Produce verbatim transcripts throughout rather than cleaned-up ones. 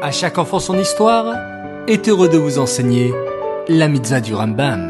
À chaque enfant son histoire est heureux de vous enseigner la mitzvah du Rambam.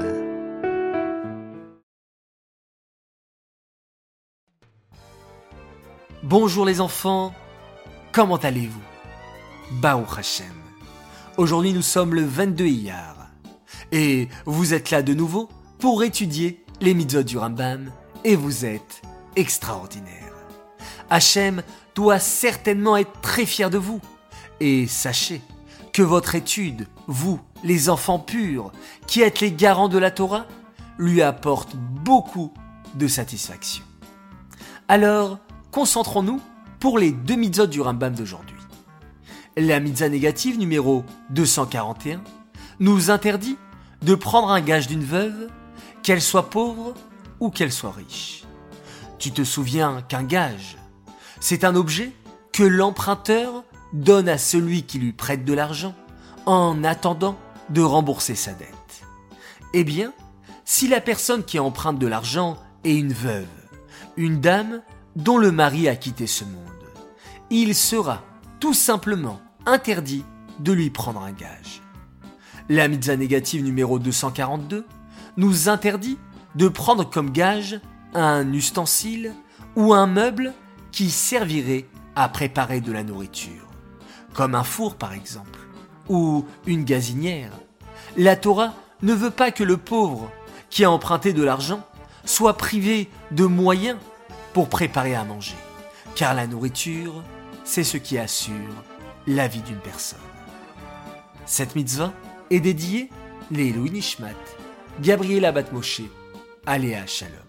Bonjour les enfants, comment allez-vous? Baruch Hashem. Aujourd'hui nous sommes le vingt-deux Iyar et vous êtes là de nouveau pour étudier les mitzvot du Rambam et vous êtes extraordinaire. Hashem doit certainement être très fier de vous. Et sachez que votre étude, vous, les enfants purs, qui êtes les garants de la Torah, lui apporte beaucoup de satisfaction. Alors, concentrons-nous pour les deux mitzvot du Rambam d'aujourd'hui. La mitzvah négative numéro deux cent quarante et un nous interdit de prendre un gage d'une veuve, qu'elle soit pauvre ou qu'elle soit riche. Tu te souviens qu'un gage, c'est un objet que l'emprunteur donne à celui qui lui prête de l'argent en attendant de rembourser sa dette. Eh bien, si la personne qui emprunte de l'argent est une veuve, une dame dont le mari a quitté ce monde, il sera tout simplement interdit de lui prendre un gage. La mitzvah négative numéro deux cent quarante-deux nous interdit de prendre comme gage un ustensile ou un meuble qui servirait à préparer de la nourriture, comme un four par exemple, ou une gazinière. La Torah ne veut pas que le pauvre qui a emprunté de l'argent soit privé de moyens pour préparer à manger, car la nourriture, c'est ce qui assure la vie d'une personne. Cette mitzvah est dédiée les Louis Nishmat, Gabriela Bat Moshe, Aléa Shalom.